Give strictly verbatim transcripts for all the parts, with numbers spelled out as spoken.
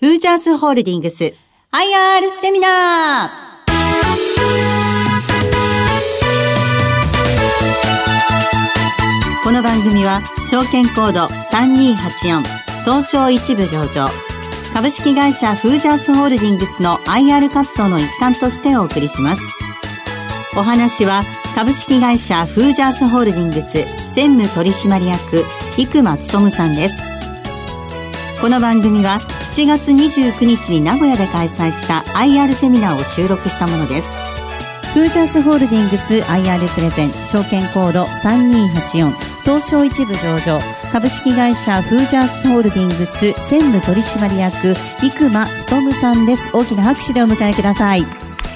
フージャースホールディングス アイアール セミナー。この番組は証券コードさんにーはちよん東証一部上場株式会社フージャースホールディングスの アイアール 活動の一環としてお送りします。お話は株式会社フージャースホールディングス専務取締役生間勉さんです。この番組はしちがつにじゅうくにちに名古屋で開催した アイアール セミナーを収録したものです。フージャースホールディングス アイアール プレゼン証券コードさんにーはちよん東証一部上場株式会社フージャースホールディングス専務取締役生間勉さんです。大きな拍手でお迎えください。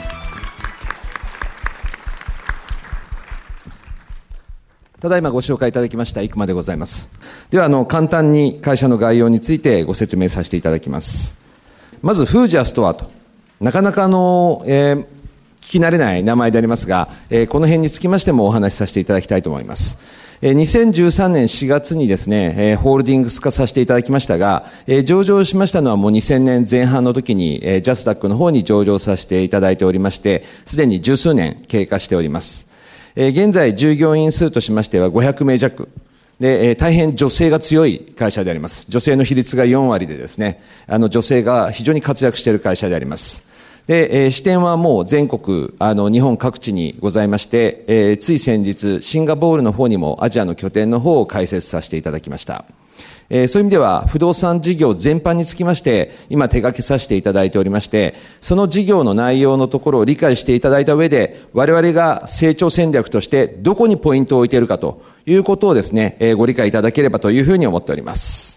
ただいまご紹介いただきました生間でございます。ではあの簡単に会社の概要についてご説明させていただきます。まずフージャースとはと、なかなかあの、えー、聞き慣れない名前でありますが、えー、この辺につきましてもお話しさせていただきたいと思います。えー、にせんじゅうさんねんしがつにですね、えー、ホールディングス化させていただきましたが、えー、上場しましたのはもうにせんねんぜん半の時に、えー、ジャスダックの方に上場させていただいておりまして、すでに十数年経過しております。現在従業員数としましてはごひゃくめい弱で、大変女性が強い会社であります。女性の比率がよんわりでですね、あの女性が非常に活躍している会社であります。で、支店はもう全国、あの日本各地にございまして、えー、つい先日シンガポールの方にもアジアの拠点の方を開設させていただきました。えー、そういう意味では不動産事業全般につきまして今手掛けさせていただいておりまして、その事業の内容のところを理解していただいた上で、我々が成長戦略としてどこにポイントを置いているかということをですね、えー、ご理解いただければというふうに思っております。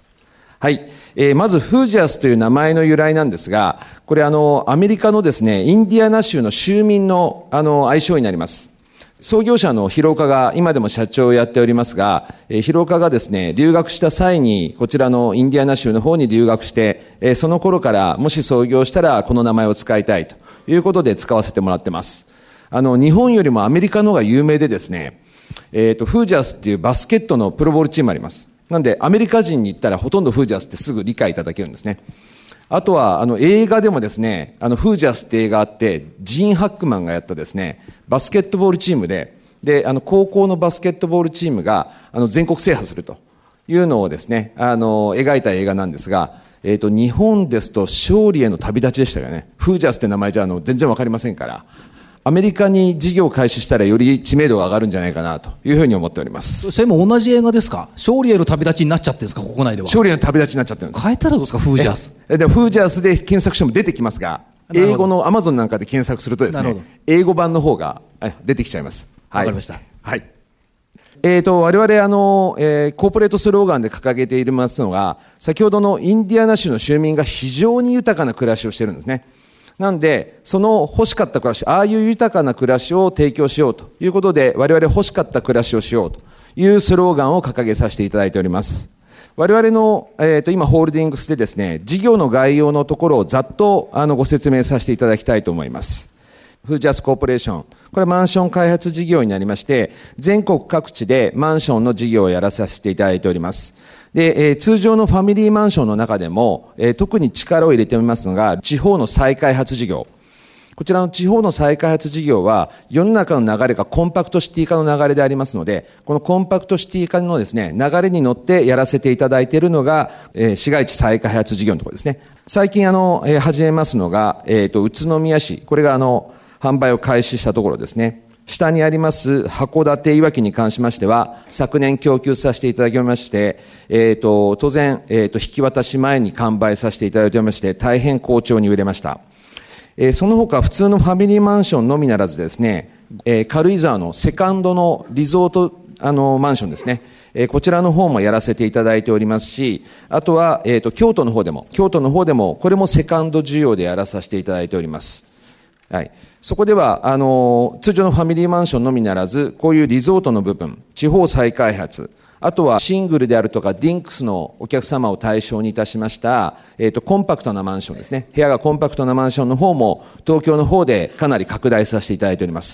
はい。えー、まずフージャースという名前の由来なんですが、これあのアメリカのですねインディアナ州の州民のあの愛称になります。創業者の広岡が今でも社長をやっておりますが、えー、広岡がですね留学した際にこちらのインディアナ州の方に留学して、えー、その頃からもし創業したらこの名前を使いたいということで使わせてもらってます。あの日本よりもアメリカの方が有名でですね、えっとフージャースっていうバスケットのプロボールチームあります。なんでアメリカ人に行ったらほとんどフージャースってすぐ理解いただけるんですね。あとはあの映画でもですね、あのフージャースって映画あって、ジーン・ハックマンがやったですねバスケットボールチームで、であの高校のバスケットボールチームがあの全国制覇するというのをですねあの描いた映画なんですが、えっと日本ですと勝利への旅立ちでしたよね。フージャースって名前じゃあの全然わかりませんから、アメリカに事業を開始したらより知名度が上がるんじゃないかなというふうに思っております。 それも同じ映画ですか？勝利への旅立ちになっちゃってるんですか？国内では勝利への旅立ちになっちゃってるんです。 変えたらどうですか？フージャース。 えでフージャースで検索しても出てきますが、英語のアマゾンなんかで検索するとですね英語版の方が出てきちゃいます。 わ、はい、かりました。 はい。えーと我々あの、えー、コーポレートスローガンで掲げていますのが、先ほどのインディアナ州の州民が非常に豊かな暮らしをしているんですね。なんで、その欲しかった暮らし、ああいう豊かな暮らしを提供しようということで、我々欲しかった暮らしをしようというスローガンを掲げさせていただいております。我々の、えーと、今、ホールディングスでですね、事業の概要のところをざっとあのご説明させていただきたいと思います。フージャースコーポレーション。これはマンション開発事業になりまして、全国各地でマンションの事業をやらさせていただいております。で、えー、通常のファミリーマンションの中でも、えー、特に力を入れておりますのが、地方の再開発事業。こちらの地方の再開発事業は、世の中の流れがコンパクトシティ化の流れでありますので、このコンパクトシティ化のですね、流れに乗ってやらせていただいているのが、えー、市街地再開発事業のところですね。最近あの、えー、始めますのが、えっと、宇都宮市。これがあの、販売を開始したところですね。下にあります函館いわきに関しましては、昨年供給させていただきまして、えっと、当然、えっと、引き渡し前に完売させていただいておりまして、大変好調に売れました。えー、その他、普通のファミリーマンションのみならずですね、えー、軽井沢のセカンドのリゾート、あの、マンションですね。えー、こちらの方もやらせていただいておりますし、あとは、えっと、京都の方でも、京都の方でも、これもセカンド需要でやらさせていただいております。はい。そこでは、あの、通常のファミリーマンションのみならず、こういうリゾートの部分、地方再開発、あとはシングルであるとかディンクスのお客様を対象にいたしました、えっと、コンパクトなマンションですね。部屋がコンパクトなマンションの方も、東京の方でかなり拡大させていただいております。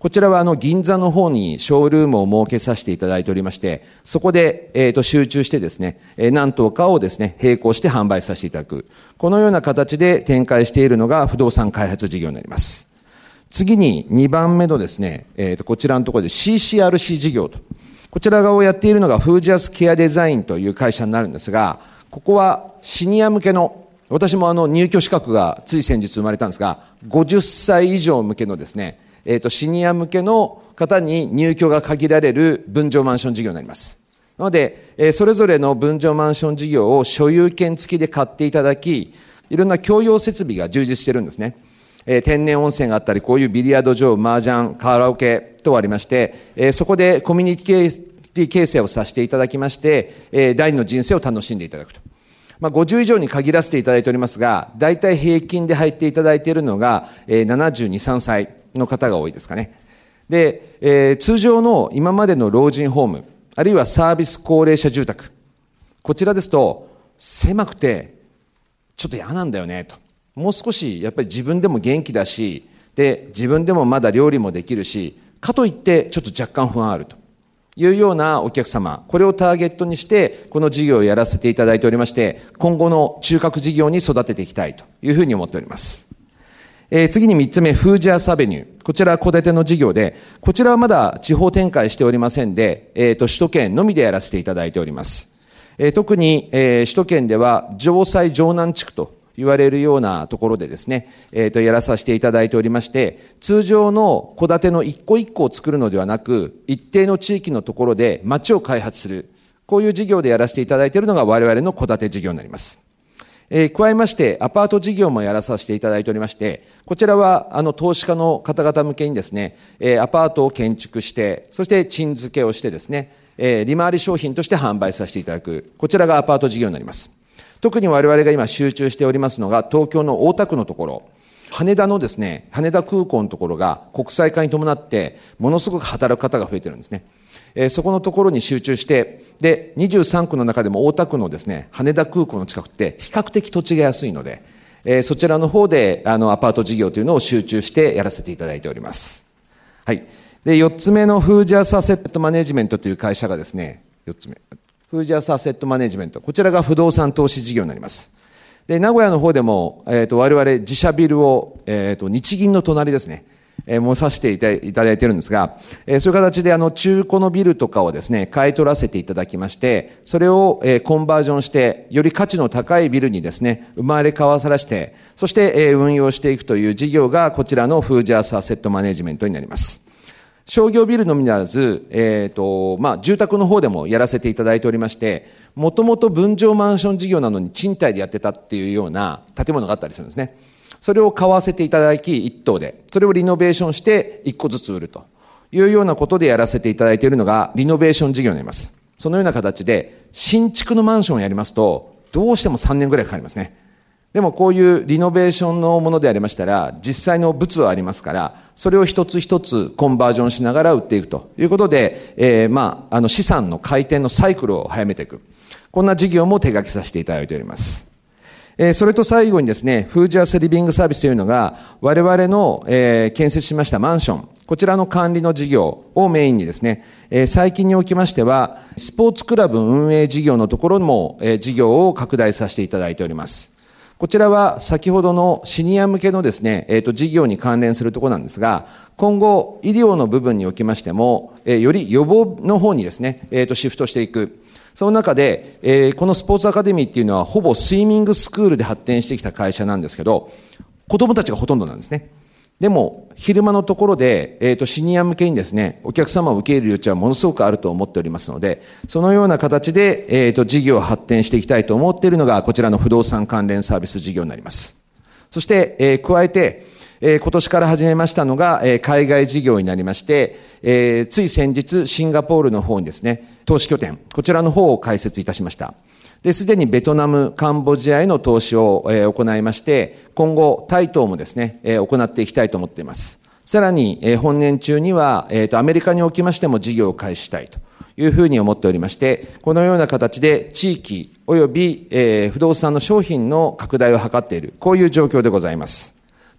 こちらはあの銀座の方にショールームを設けさせていただいておりまして、そこで、えー、と集中してですね、えー、何棟かをですね、並行して販売させていただく。このような形で展開しているのが不動産開発事業になります。次ににばんめのですね、えー、とこちらのところで シーシーアールシー 事業と。こちらをやっているのがフージャスケアデザインという会社になるんですが、ここはシニア向けの、私もあの入居資格がつい先日生まれたんですが、ごじゅっさい以上向けのですね、えっと、シニア向けの方に入居が限られる分譲マンション事業になります。なので、えー、それぞれの分譲マンション事業を所有権付きで買っていただき、いろんな共用設備が充実してるんですね。えー、天然温泉があったり、こういうビリヤード場、麻雀、カラオケ等ありまして、えー、そこでコミュニティ形成をさせていただきまして、えー、第二の人生を楽しんでいただくと。まあ、ごじゅう以上に限らせていただいておりますが、大体平均で入っていただいているのが、えー、ななじゅうに、さんさいの方が多いですかね。で、えー、通常の今までの老人ホーム、あるいはサービス高齢者住宅、こちらですと、狭くて、ちょっと嫌なんだよね、と。もう少し、やっぱり自分でも元気だし、で、自分でもまだ料理もできるし、かといって、ちょっと若干不安あるというようなお客様、これをターゲットにして、この事業をやらせていただいておりまして、今後の中核事業に育てていきたいというふうに思っております。えー、次にみっつめ、フージャースアベニュー。こちらは戸建ての事業で、こちらはまだ地方展開しておりませんで、えっと、首都圏のみでやらせていただいております。えー、特に、えー、首都圏では、城西城南地区と言われるようなところでですね、えっと、やらさせていただいておりまして、通常の戸建ての一個一個を作るのではなく、一定の地域のところで街を開発する。こういう事業でやらせていただいているのが我々の戸建て事業になります。えー、加えまして、アパート事業もやらさせていただいておりまして、こちらは、あの、投資家の方々向けにですね、えー、アパートを建築して、そして賃付けをしてですね、えー、利回り商品として販売させていただく。こちらがアパート事業になります。特に我々が今集中しておりますのが、東京の大田区のところ、羽田のですね、羽田空港のところが国際化に伴って、ものすごく働く方が増えてるんですね。えー、そこのところに集中して、で、にじゅうさんくの中でも大田区のですね、羽田空港の近くって比較的土地が安いので、えー、そちらの方で、あの、アパート事業というのを集中してやらせていただいております。はい。で、よっつめのフージャースアセットマネジメントという会社がですね、よっつめ。フージャースアセットマネジメント。こちらが不動産投資事業になります。で、名古屋の方でも、えっと、我々自社ビルを、えっと、日銀の隣ですね、えー、もうさせていただいているんですが、えー、そういう形であの中古のビルとかをですね、買い取らせていただきまして、それを、えー、コンバージョンして、より価値の高いビルにですね、生まれ変わらせて、そして、えー、運用していくという事業がこちらのフージャースアセットマネジメントになります。商業ビルのみならず、えっと、まあ、住宅の方でもやらせていただいておりまして、もともと分譲マンション事業なのに賃貸でやってたっていうような建物があったりするんですね。それを買わせていただき、一棟で、それをリノベーションして一個ずつ売るというようなことでやらせていただいているのがリノベーション事業になります。そのような形で、新築のマンションをやりますと、どうしてもさんねんぐらいかかりますね。でもこういうリノベーションのものでありましたら、実際の物はありますから、それを一つ一つコンバージョンしながら売っていくということで、えー、まあ、あの資産の回転のサイクルを早めていく。こんな事業も手掛けさせていただいております。えー、それと最後にですね、フージャースリビングサービスというのが、我々の、えー、建設しましたマンション、こちらの管理の事業をメインにですね、えー、最近におきましては、スポーツクラブ運営事業のところも、えー、事業を拡大させていただいております。こちらは先ほどのシニア向けのですね、えっと、事業に関連するところなんですが、今後、医療の部分におきましても、えー、より予防の方にですね、えっと、シフトしていく。その中で、えー、このスポーツアカデミーっていうのは、ほぼスイミングスクールで発展してきた会社なんですけど、子供たちがほとんどなんですね。でも、昼間のところで、えっと、シニア向けにですね、お客様を受け入れる余地はものすごくあると思っておりますので、そのような形で、えっと、事業を発展していきたいと思っているのが、こちらの不動産関連サービス事業になります。そして、えー、加えて、えー、今年から始めましたのが、えー、海外事業になりまして、えー、つい先日、シンガポールの方にですね、投資拠点、こちらの方を開設いたしました。で、すでにベトナム、カンボジアへの投資を、えー、行いまして、今後、タイ等もですね、えー、行っていきたいと思っています。さらに、えー、本年中には、えーと、アメリカにおきましても事業を開始したいというふうに思っておりまして、このような形で地域及び、えー、不動産の商品の拡大を図っている、こういう状況でございます。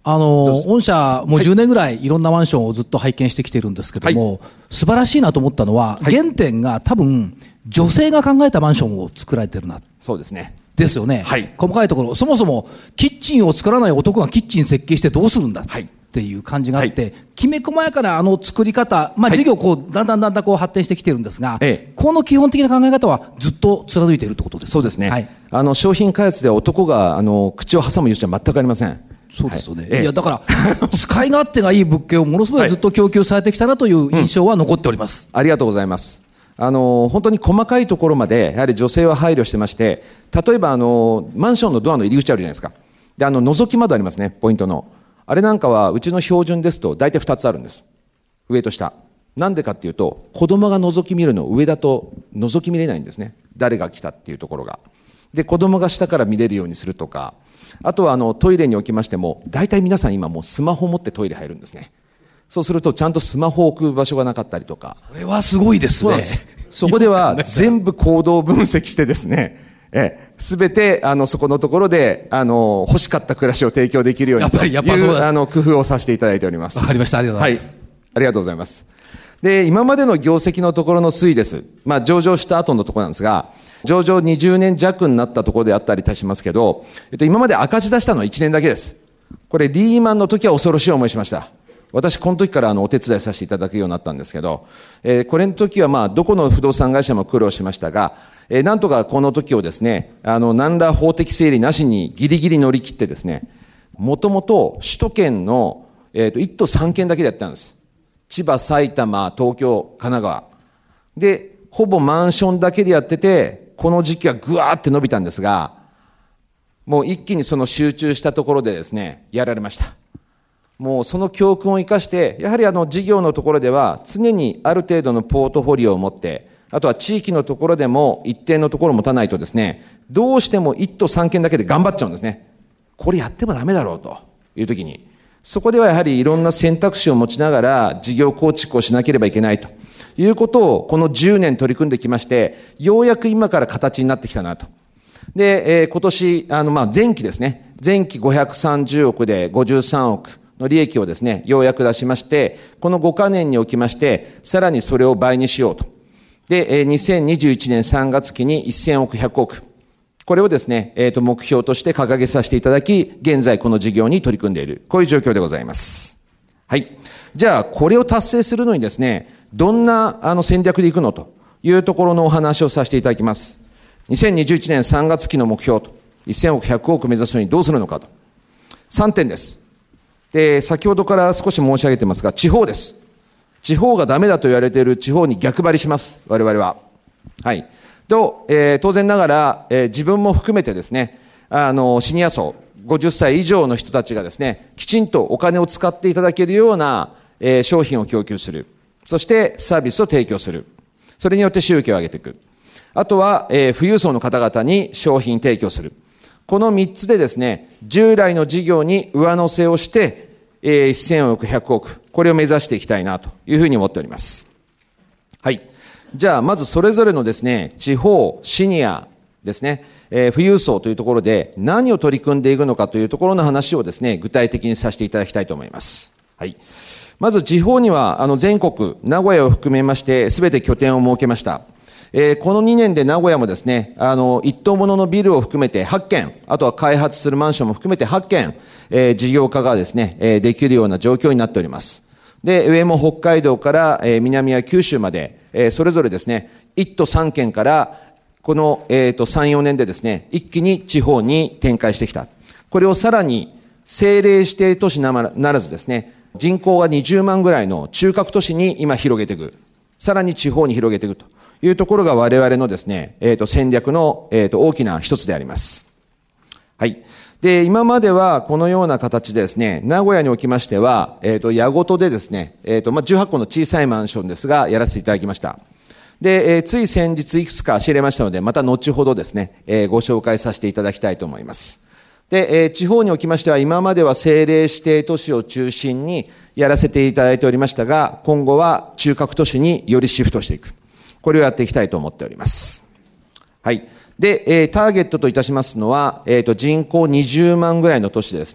あの、御社もうじゅうねんぐらいいろんなマンションをずっと拝見してきてるんですけども、はい、素晴らしいなと思ったのは、はい、原点が多分、女性が考えたマンションを作られてるな。 そうですね。 ですよね。 はい。 細かいところ、そもそもキッチンを作らない男がキッチン設計してどうするんだ。はい。っていう感じがあって、はい、きめ細やかなあの作り方、まあ事業こう、だんだんだんだんこう発展してきてるんですが、ええ、この基本的な考え方はずっと貫いているってことですか。 そうですね。はい。あの、商品開発では男が、あの、口を挟む余地は全くありません。 そうですよね。はい、いや、だから、使い勝手がいい物件をものすごいずっと供給されてきたなという印象は残っております。 うん、ありがとうございます。あの、本当に細かいところまで、やはり女性は配慮してまして、例えば、あの、マンションのドアの入り口あるじゃないですか。で、あの、覗き窓ありますね、ポイントの。あれなんかは、うちの標準ですと、大体ふたつあるんです。上と下。なんでかっていうと、子供が覗き見るの上だと、覗き見れないんですね。誰が来たっていうところが。で、子供が下から見れるようにするとか、あとは、あの、トイレにおきましても、大体皆さん今もうスマホ持ってトイレ入るんですね。そうすると、ちゃんとスマホを置く場所がなかったりとか。 これはすごいですね。そうなんです。 そこでは、全部行動分析してですね、すべて、あの、そこのところで、あの、欲しかった暮らしを提供できるようにという、やっぱり、やっぱそうです。あの、工夫をさせていただいております。 わかりました。ありがとうございます。 はい。ありがとうございます。で、今までの業績のところの推移です。まあ、上場した後のところなんですが、上場にじゅうねん弱になったところであったりいたしますけど、えっと、今まで赤字出したのはいちねんだけです。これ、リーマンの時は恐ろしい思いしました。私、この時からあのお手伝いさせていただくようになったんですけど、えー、これの時はまあ、どこの不動産会社も苦労しましたが、えー、なんとかこの時をですね、あの、何ら法的整理なしにギリギリ乗り切ってですね、もともと首都圏の、えっと、いっ都さん県だけでやったんです。千葉、埼玉、東京、神奈川。で、ほぼマンションだけでやってて、この時期はぐわーって伸びたんですが、もう一気にその集中したところでですね、やられました。もうその教訓を生かして、やはりあの事業のところでは常にある程度のポートフォリオを持って、あとは地域のところでも一定のところを持たないとですね、どうしても一都三県だけで頑張っちゃうんですね。これやってもダメだろうというときに、そこではやはりいろんな選択肢を持ちながら事業構築をしなければいけないということをこのじゅうねん取り組んできまして、ようやく今から形になってきたなと。で、えー、今年、あの、まあ、前期ですね。前期ごひゃくさんじゅうおくでごじゅうさんおく。の利益をですね、ようやく出しまして、このごかねんにおきまして、さらにそれを倍にしようと。で、にせんにじゅういちねんさんがつ期にせんおくひゃくおく。これをですね、えっと、目標として掲げさせていただき、現在この事業に取り組んでいる。こういう状況でございます。はい。じゃあ、これを達成するのにですね、どんな、あの、戦略でいくのというところのお話をさせていただきます。にせんにじゅういちねんさんがつ期の目標と、せんおくひゃくおく目指すのにどうするのかと。さんてんです。で、先ほどから少し申し上げてますが、地方です。地方がダメだと言われている地方に逆張りします。我々は。はい。と、えー、当然ながら、えー、自分も含めてですね、あの、シニア層、ごじゅっさい以上の人たちがですね、きちんとお金を使っていただけるような、えー、商品を供給する。そしてサービスを提供する。それによって収益を上げていく。あとは、えー、富裕層の方々に商品提供する。このみっつでですね、従来の事業に上乗せをして、えー、せんおく、ひゃくおく。これを目指していきたいなというふうに思っております。はい。じゃあ、まずそれぞれのですね、地方、シニアですね、えー、富裕層というところで何を取り組んでいくのかというところの話をですね、具体的にさせていただきたいと思います。はい。まず地方には、あの、全国、名古屋を含めまして、すべて拠点を設けました。えー、このにねんで名古屋もですね、あの、一棟もののビルを含めてはっけん、あとは開発するマンションも含めてはっけん、えー、事業化がですね、えー、できるような状況になっております。で、上も北海道から、えー、南は九州まで、えー、それぞれですね、一都三県から、この、えっと、さん、よねんでですね、一気に地方に展開してきた。これをさらに、政令指定都市ならずですね、人口がにじゅうまんぐらいの中核都市に今広げていく。さらに地方に広げていくというところが我々のですね、えっと、戦略の、えっと、大きな一つであります。はい。で、今まではこのような形でですね、名古屋におきましては、えっと、矢ごとでですね、えっと、まあ、じゅうはっこの小さいマンションですが、やらせていただきました。で、えー、つい先日いくつか知れましたので、また後ほどですね、えー、ご紹介させていただきたいと思います。で、えー、地方におきましては、今までは政令指定都市を中心にやらせていただいておりましたが、今後は中核都市によりシフトしていく。これをやっていきたいと思っております。はい。で、えー、ターゲットといたしますのは、えっと、人口にじゅうまんぐらいの都市でですね、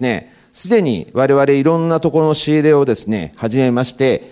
すでに我々いろんなところの仕入れをですね、始めまして、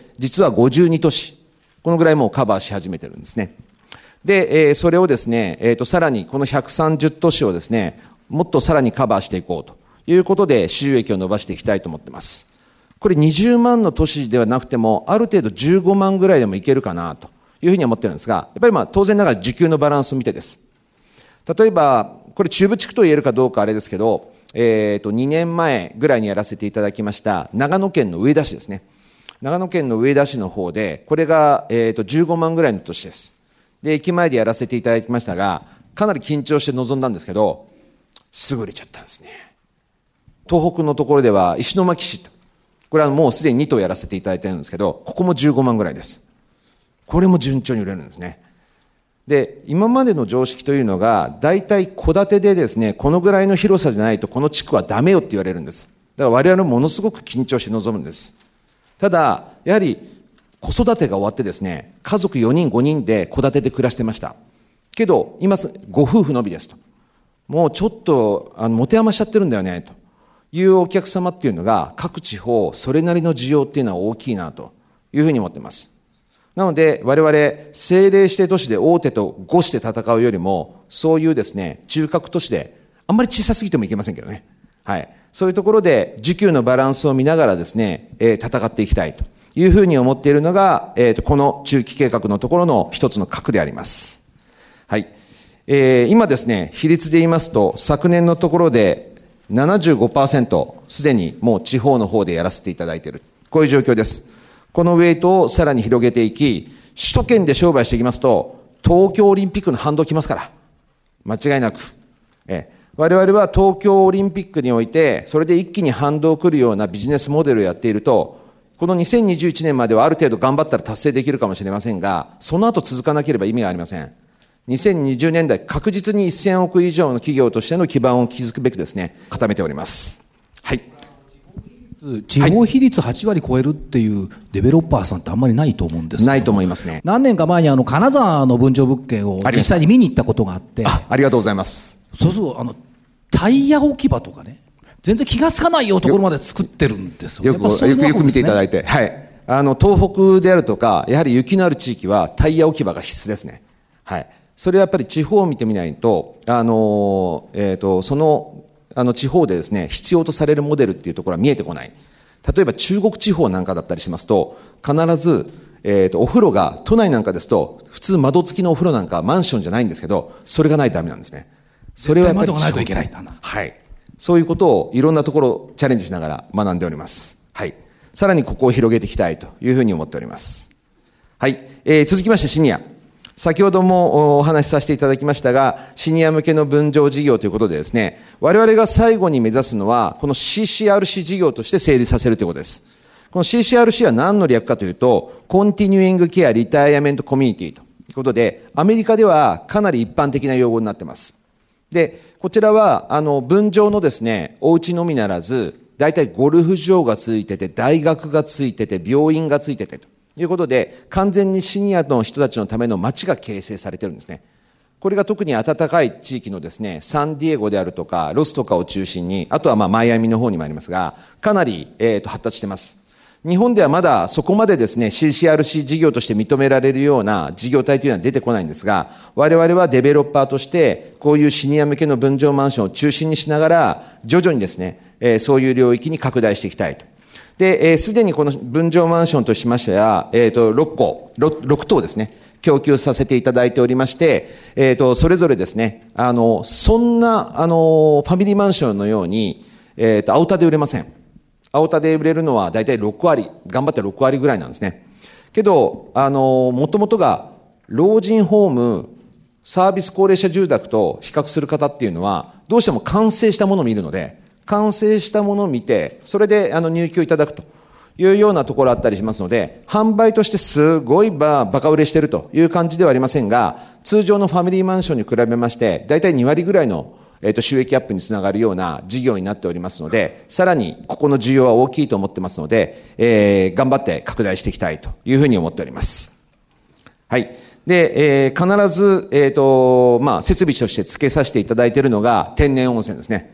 実はごじゅうに都市、このぐらいもうカバーし始めてるんですね。で、えー、それをですね、えっと、さらにこのひゃくさんじゅう都市をですね、もっとさらにカバーしていこうということで収益を伸ばしていきたいと思っています。これにじゅうまんの都市ではなくても、ある程度じゅうごまんぐらいでもいけるかなというふうに思ってるんですが、やっぱりまあ当然ながら需給のバランスを見てです。例えば、これ中部地区と言えるかどうかあれですけど、えっと、にねんまえぐらいにやらせていただきました長野県の上田市ですね。長野県の上田市の方で、これが、えっと、じゅうごまんぐらいの都市です。で、駅前でやらせていただきましたが、かなり緊張して臨んだんですけど、すぐ売れちゃったんですね。東北のところでは石巻市と、これはもうすでにに棟やらせていただいてるんですけど、ここもじゅうごまんぐらいです。これも順調に売れるんですね。で、今までの常識というのが、大体戸建てでですね、このぐらいの広さじゃないとこの地区はダメよって言われるんです。だから我々もものすごく緊張して臨むんです。ただ、やはり子育てが終わってですね、家族よにんごにんで戸建てで暮らしてました。けど、今ご夫婦のみですと。もうちょっと、あの、持て余しちゃってるんだよね、というお客様っていうのが、各地方、それなりの需要っていうのは大きいな、というふうに思っています。なので、我々、政令指定都市で大手とごして戦うよりも、そういうですね、中核都市で、あんまり小さすぎてもいけませんけどね。はい。そういうところで、需給のバランスを見ながらですね、えー、戦っていきたいというふうに思っているのが、えっと、この中期計画のところの一つの核であります。はい。えー、今ですね、比率で言いますと、昨年のところで ななじゅうごパーセント、すでにもう地方の方でやらせていただいている。こういう状況です。このウェイトをさらに広げていき、首都圏で商売していきますと、東京オリンピックの反動きますから。間違いなく。えー、我々は東京オリンピックにおいて、それで一気に反動来るようなビジネスモデルをやっていると、このにせんにじゅういちねんまではある程度頑張ったら達成できるかもしれませんが、その後続かなければ意味がありません。にせんにじゅうねんだい、確実にせんおく以上の企業としての基盤を築くべくですね、固めております。はい。 地方比率はちわり超えるっていうデベロッパーさんってあんまりないと思うんですけど、 ないと思いますね。 何年か前にあの金沢の分譲物件を実際に見に行ったことがあって、 あ、ありがとうございます。 そうするとあのタイヤ置き場とかね、全然気がつかないようなところまで作ってるんですよ。 よく、よく、よく見ていただいて、はい。あの東北であるとか、やはり雪のある地域はタイヤ置き場が必須ですね。はい。それはやっぱり地方を見てみないと、あの、えっと、その、あの地方でですね、必要とされるモデルっていうところは見えてこない。例えば中国地方なんかだったりしますと、必ず、えっと、お風呂が、都内なんかですと、普通窓付きのお風呂なんかマンションじゃないんですけど、それがないとダメなんですね。それはやっぱり窓がないといけないんだな。 はい。そういうことをいろんなところチャレンジしながら学んでおります。はい。さらにここを広げていきたいというふうに思っております。はい。えー、続きましてシニア。先ほどもお話しさせていただきましたが、シニア向けの分譲事業ということでですね、我々が最後に目指すのは、この シーシーアールシー 事業として成立させるということです。この シーシーアールシー は何の略かというと、コンティニューイングケアリタイアメントコミュニティということで、アメリカではかなり一般的な用語になっています。で、こちらは、あの、分譲のですね、お家のみならず、大体ゴルフ場がついてて、大学がついてて、病院がついててということで、完全にシニアの人たちのための街が形成されてるんですね。これが特に暖かい地域のですね、サンディエゴであるとか、ロスとかを中心に、あとはまあマイアミの方にもありますが、かなり、えーと、発達してます。日本ではまだそこまでですね、シーシーアールシー 事業として認められるような事業体というのは出てこないんですが、我々はデベロッパーとして、こういうシニア向けの分譲マンションを中心にしながら、徐々にですね、えー、そういう領域に拡大していきたいと。で、す、えー、で、にこの分譲マンションとしましては、えっ、ー、と、ろっこ、ろく棟ですね、供給させていただいておりまして、えっ、ー、と、それぞれですね、あの、そんな、あの、ファミリーマンションのように、えっ、ー、と、青田で売れません。青田で売れるのは大体ろくわり、頑張ってろくわりぐらいなんですね。けど、あの、もともとが、老人ホーム、サービス高齢者住宅と比較する方っていうのは、どうしても完成したものを見るので、完成したものを見て、それであの入居いただくというようなところあったりしますので、販売としてすごいババカ売れしているという感じではありませんが、通常のファミリーマンションに比べまして、大体にわりぐらいの、えー、と収益アップにつながるような事業になっておりますので、さらにここの需要は大きいと思ってますので、えー、頑張って拡大していきたいというふうに思っております。はい。で、えー、必ず、えっ、ー、と、まあ、設備として付けさせていただいているのが天然温泉ですね。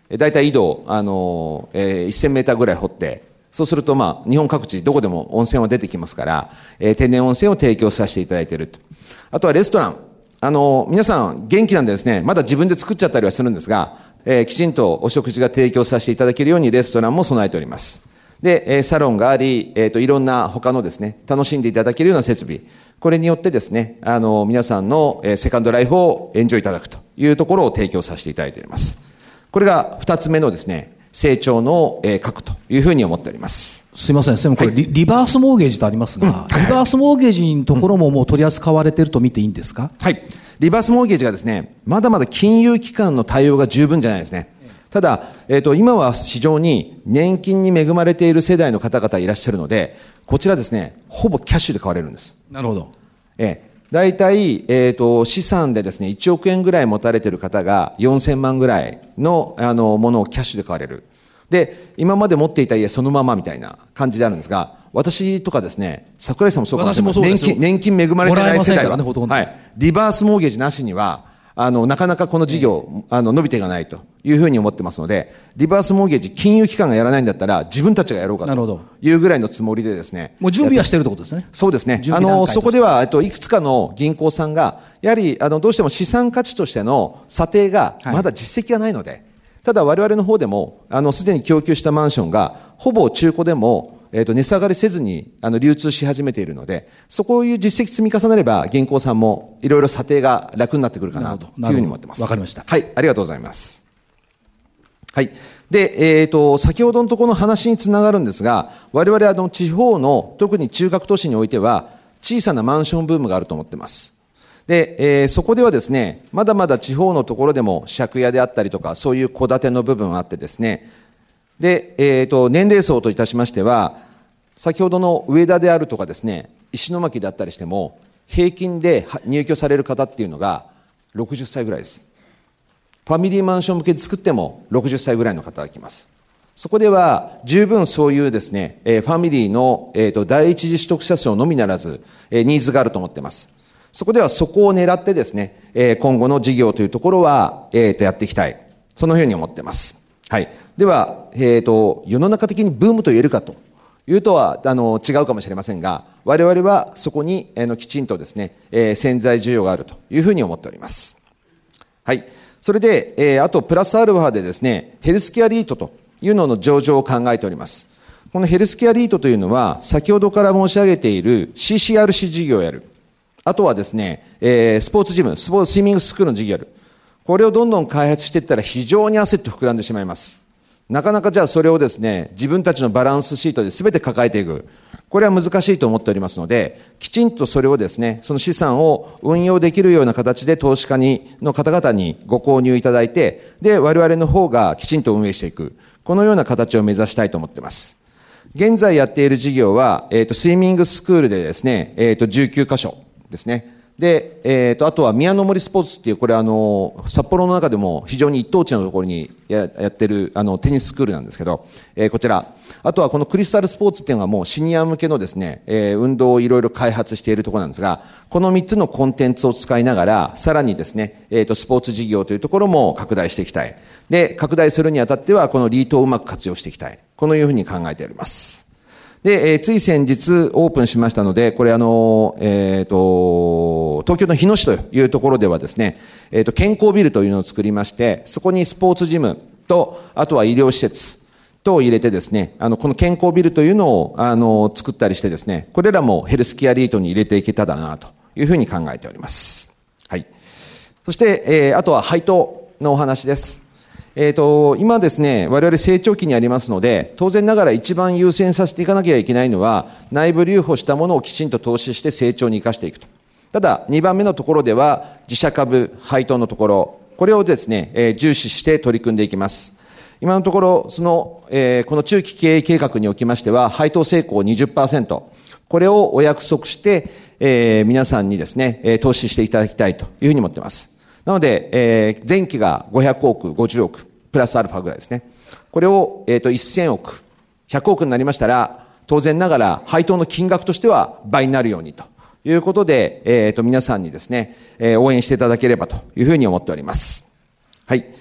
だいたい井戸、あの、えー、せんメーターぐらい掘って、そうすると、まあ、日本各地どこでも温泉は出てきますから、えー、天然温泉を提供させていただいていると。あとはレストラン。あの、皆さん元気なんでですね、まだ自分で作っちゃったりはするんですが、えー、きちんとお食事が提供させていただけるようにレストランも備えております。で、えー、サロンがあり、えっと、いろんな他のですね、楽しんでいただけるような設備。これによってですね、あの、皆さんの、えー、セカンドライフをエンジョイいただくというところを提供させていただいております。これが二つ目のですね、成長の、えー、核というふうに思っております。 すいません、すいません、これ、はい、リ, リバースモーゲージとありますが、うんはい、リバースモーゲージのところももう取り扱われていると見ていいんですか？ はい。リバースモーゲージがですね、まだまだ金融機関の対応が十分じゃないですね。ただ、えっと、今は市場に年金に恵まれている世代の方々いらっしゃるので、こちらですね、ほぼキャッシュで買われるんです。 なるほど。 ええ。大体、えっと、資産でですね、いちおくえんぐらい持たれている方がよんせんまんぐらいの、あの、ものをキャッシュで買われる。で、今まで持っていた家そのままみたいな感じであるんですが、私とかですね、桜井さんもそうかもしれません。年金、年金恵まれてない世代は、ね、はい。リバースモーゲージなしには、あの、なかなかこの事業、えー、あの、伸びていかないというふうに思ってますので、リバースモーゲージ、金融機関がやらないんだったら、自分たちがやろうかというぐらいのつもりでですね。 もう準備はしてるってことですね。 そうですね。あの、そこでは、えっと、いくつかの銀行さんが、やはり、あの、どうしても資産価値としての査定が、まだ実績がないので、はい、ただ我々の方でも、あの、すでに供給したマンションが、ほぼ中古でも、えっと、値下がりせずに、あの、流通し始めているので、そこいう実績積み重ねれば、銀行さんも、いろいろ査定が楽になってくるかな、というふうに思ってます。 わかりました。 はい、ありがとうございます。はい。で、えっと、先ほどのところの話につながるんですが、我々、あの、地方の、特に中核都市においては、小さなマンションブームがあると思ってます。で、えー、そこではですね、まだまだ地方のところでも借家であったりとか、そういう戸建ての部分があってですね、で、えっと、年齢層といたしましては、先ほどの上田であるとかですね、石巻であったりしても、平均で入居される方っていうのがろくじゅっさいぐらいです。ファミリーマンション向けで作ってもろくじゅっさいぐらいの方が来ます。そこでは十分そういうですね、えー、ファミリーの、えーと、第一次取得者層のみならず、えー、ニーズがあると思っています。そこではそこを狙ってですね、えー、今後の事業というところは、えーと、やっていきたい。そのように思っています。はい。では、えーと、世の中的にブームと言えるかというとは、あの、違うかもしれませんが、我々はそこに、あの、きちんとですね、えー、潜在需要があるというふうに思っております。はい。それで、えー、あと、プラスアルファでですね、ヘルスケアリートというのの上場を考えております。このヘルスケアリートというのは、先ほどから申し上げている シーシーアールシー 事業をやる。あとはですね、えー、スポーツジム、スポーツスイミングスクールの事業をやる。これをどんどん開発していったら非常に焦って膨らんでしまいます。なかなかじゃあそれをですね、自分たちのバランスシートで全て抱えていく。これは難しいと思っておりますので、きちんとそれをですね、その資産を運用できるような形で投資家に、の方々にご購入いただいて、で、我々の方がきちんと運営していく。このような形を目指したいと思っています。現在やっている事業は、えっと、スイミングスクールでですね、えっと、じゅうきゅうかしょですね。で、えっと、あとは宮の森スポーツっていう、これあの、札幌の中でも非常に一等地のところにややってる、あの、テニススクールなんですけど、えー、こちら。あとはこのクリスタルスポーツっていうのはもうシニア向けのですね、えー、運動をいろいろ開発しているところなんですが、このみっつのコンテンツを使いながら、さらにですね、えっと、スポーツ事業というところも拡大していきたい。で、拡大するにあたっては、このリートをうまく活用していきたい。このいうふうに考えております。で、えー、つい先日オープンしましたので、これあの、えっと、東京の日野市というところではですね、えっと、健康ビルというのを作りまして、そこにスポーツジムと、あとは医療施設と入れてですね、あの、この健康ビルというのを、あの、作ったりしてですね、これらもヘルスケアリートに入れていけたらな、というふうに考えております。はい。そして、えー、あとは配当のお話です。えっと、今ですね、我々成長期にありますので、当然ながら一番優先させていかなきゃいけないのは、内部留保したものをきちんと投資して成長に生かしていくと。ただ、にばんめのところでは、自社株配当のところ、これをですね、えー、重視して取り組んでいきます。今のところ、その、えー、この中期経営計画におきましては、配当成功 にじゅっパーセント。これをお約束して、えー、皆さんにですね、えー、投資していただきたいというふうに思っています。なので、えー、前期がごひゃくおく、ごじゅうおく、プラスアルファぐらいですね。これを、えっと、せんおく、ひゃくおくになりましたら、当然ながら配当の金額としては倍になるようにということで、えっと、皆さんにですね、えー、応援していただければというふうに思っております。はい。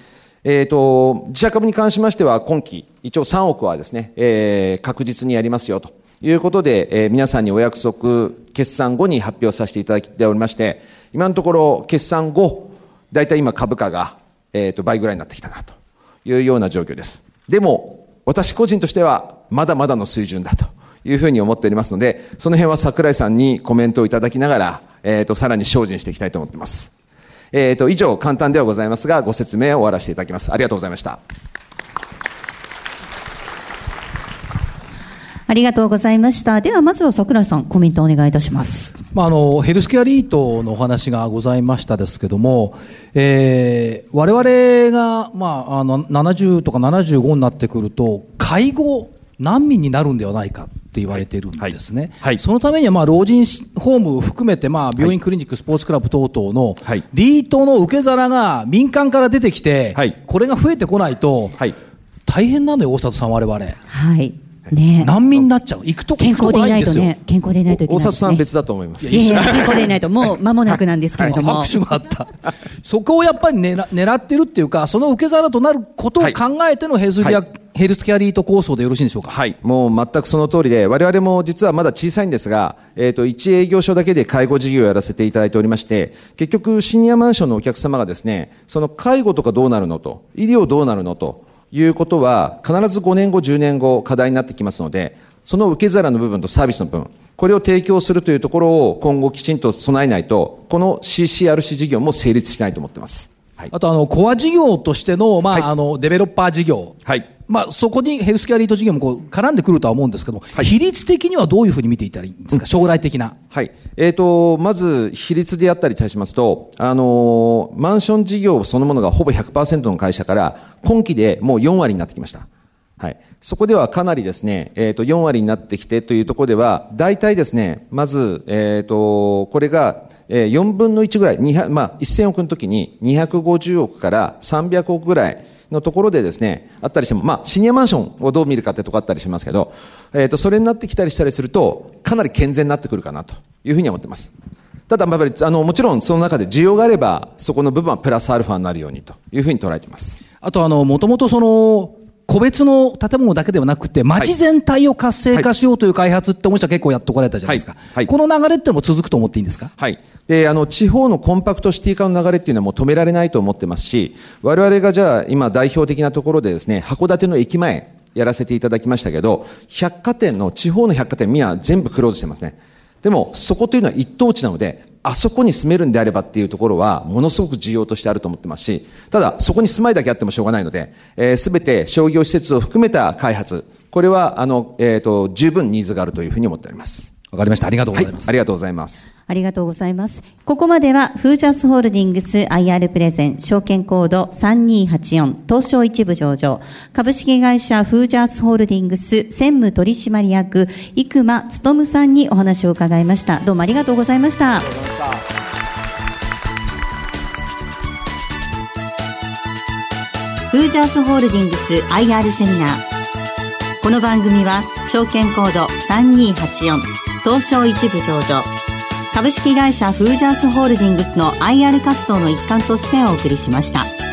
えっと、自社株に関しましては、今期、一応さんおくはですね、えー、確実にやりますよということで、えー、皆さんにお約束、決算後に発表させていただいておりまして、今のところ、決算後、だいたい今株価が、えっと、倍ぐらいになってきたなというような状況です。でも、私個人としては、まだまだの水準だというふうに思っておりますので、その辺は櫻井さんにコメントをいただきながら、えっと、さらに精進していきたいと思っています。えっと、以上、簡単ではございますが、ご説明を終わらせていただきます。ありがとうございました。 ありがとうございました。では、まずは櫻井さん、コメントをお願いいたします。 まあ、あの、ヘルスケアリートのお話がございましたですけども、えー、我々が、まあ、あの、ななじゅうとかななじゅうごになってくると、介護難民になるんではないかって言われているんですね。はいはい、そのためには、まあ、老人ホームを含めて、まあ、病院、クリニック、スポーツクラブ等々の、リートの受け皿が民間から出てきて、はい、これが増えてこないと、はい、大変なのよ、大里さん、我々。 はい。ね、 難民になっちゃう。行くとこ行くとこないんですよ。 健康でいないといけない、ね。 大里さん別だと思います。 いやいや、健康でいないと、もう間もなくなんですけれども。 拍手があった。そこをやっぱり狙狙ってるっていうか、その受け皿となることを考えてのヘルスケア、はい、ヘルスケアリート構想でよろしいんでしょうか。 はい。もう全くその通りで、我々も実はまだ小さいんですが、えっと、いち営業所だけで介護事業をやらせていただいておりまして、結局シニアマンションのお客様がですね、その介護とかどうなるのと、医療どうなるのということは、必ずごねんご、じゅうねんご課題になってきますので、その受け皿の部分とサービスの部分、これを提供するというところを今後きちんと備えないと、この シーシーアールシー 事業も成立しないと思っています。はい、 あと、あの、コア事業としての、まあ、はい、あの、デベロッパー事業。はい。まあ、そこにヘルスケアリート事業もこう絡んでくるとは思うんですけども、はい、比率的にはどういうふうに見ていったらいいんですか、うん、将来的な。 はい。えっと、まず、比率であったりいたしますと、あのー、マンション事業そのものがほぼ ひゃくパーセント の会社から、今期でもうよんわりになってきました。はい。そこではかなりですね、えっと、よんわりになってきてというところでは、大体ですね、まず、えっと、これが、えー、よんぶんのいちぐらい、にひゃく、まあ、せんおくの時ににひゃくごじゅうおくからさんびゃくおくぐらいのところでですね、あったりしても、まあ、シニアマンションをどう見るかってとこあったりしますけど、えっと、それになってきたりしたりすると、かなり健全になってくるかなというふうに思っています。ただ、やっぱり、あの、もちろんその中で需要があれば、そこの部分はプラスアルファになるようにというふうに捉えています。 あと、あの、もともとその、個別の建物だけではなくて、街全体を活性化しようという開発って御社結構やってこられたじゃないですか。はいはい、この流れっても続くと思っていいんですか。 はい。で、あの、地方のコンパクトシティ化の流れっていうのはもう止められないと思ってますし、我々がじゃあ今代表的なところでですね、函館の駅前やらせていただきましたけど、百貨店の、地方の百貨店みんな全部クローズしてますね。でも、そこというのは一等地なので、あそこに住めるんであればっていうところは、ものすごく需要としてあると思ってますし、ただ、そこに住まいだけあってもしょうがないので、えー、すべて商業施設を含めた開発、これは、あの、えっと、十分ニーズがあるというふうに思っております。 わかりました。ありがとうございます。はい、 ありがとうございます。 ありがとうございます。ここまでは、フージャスホールディングス アイアール プレゼン、証券コードさんにーはちよん、東証一部上場、株式会社フージャスホールディングス専務取締役、生間勉さんにお話を伺いました。どうもありがとうございました。フージャースホールディングス アイアール セミナー。この番組は証券コードさんにーはちよん東証一部上場株式会社フージャースホールディングスの アイアール 活動の一環としてお送りしました。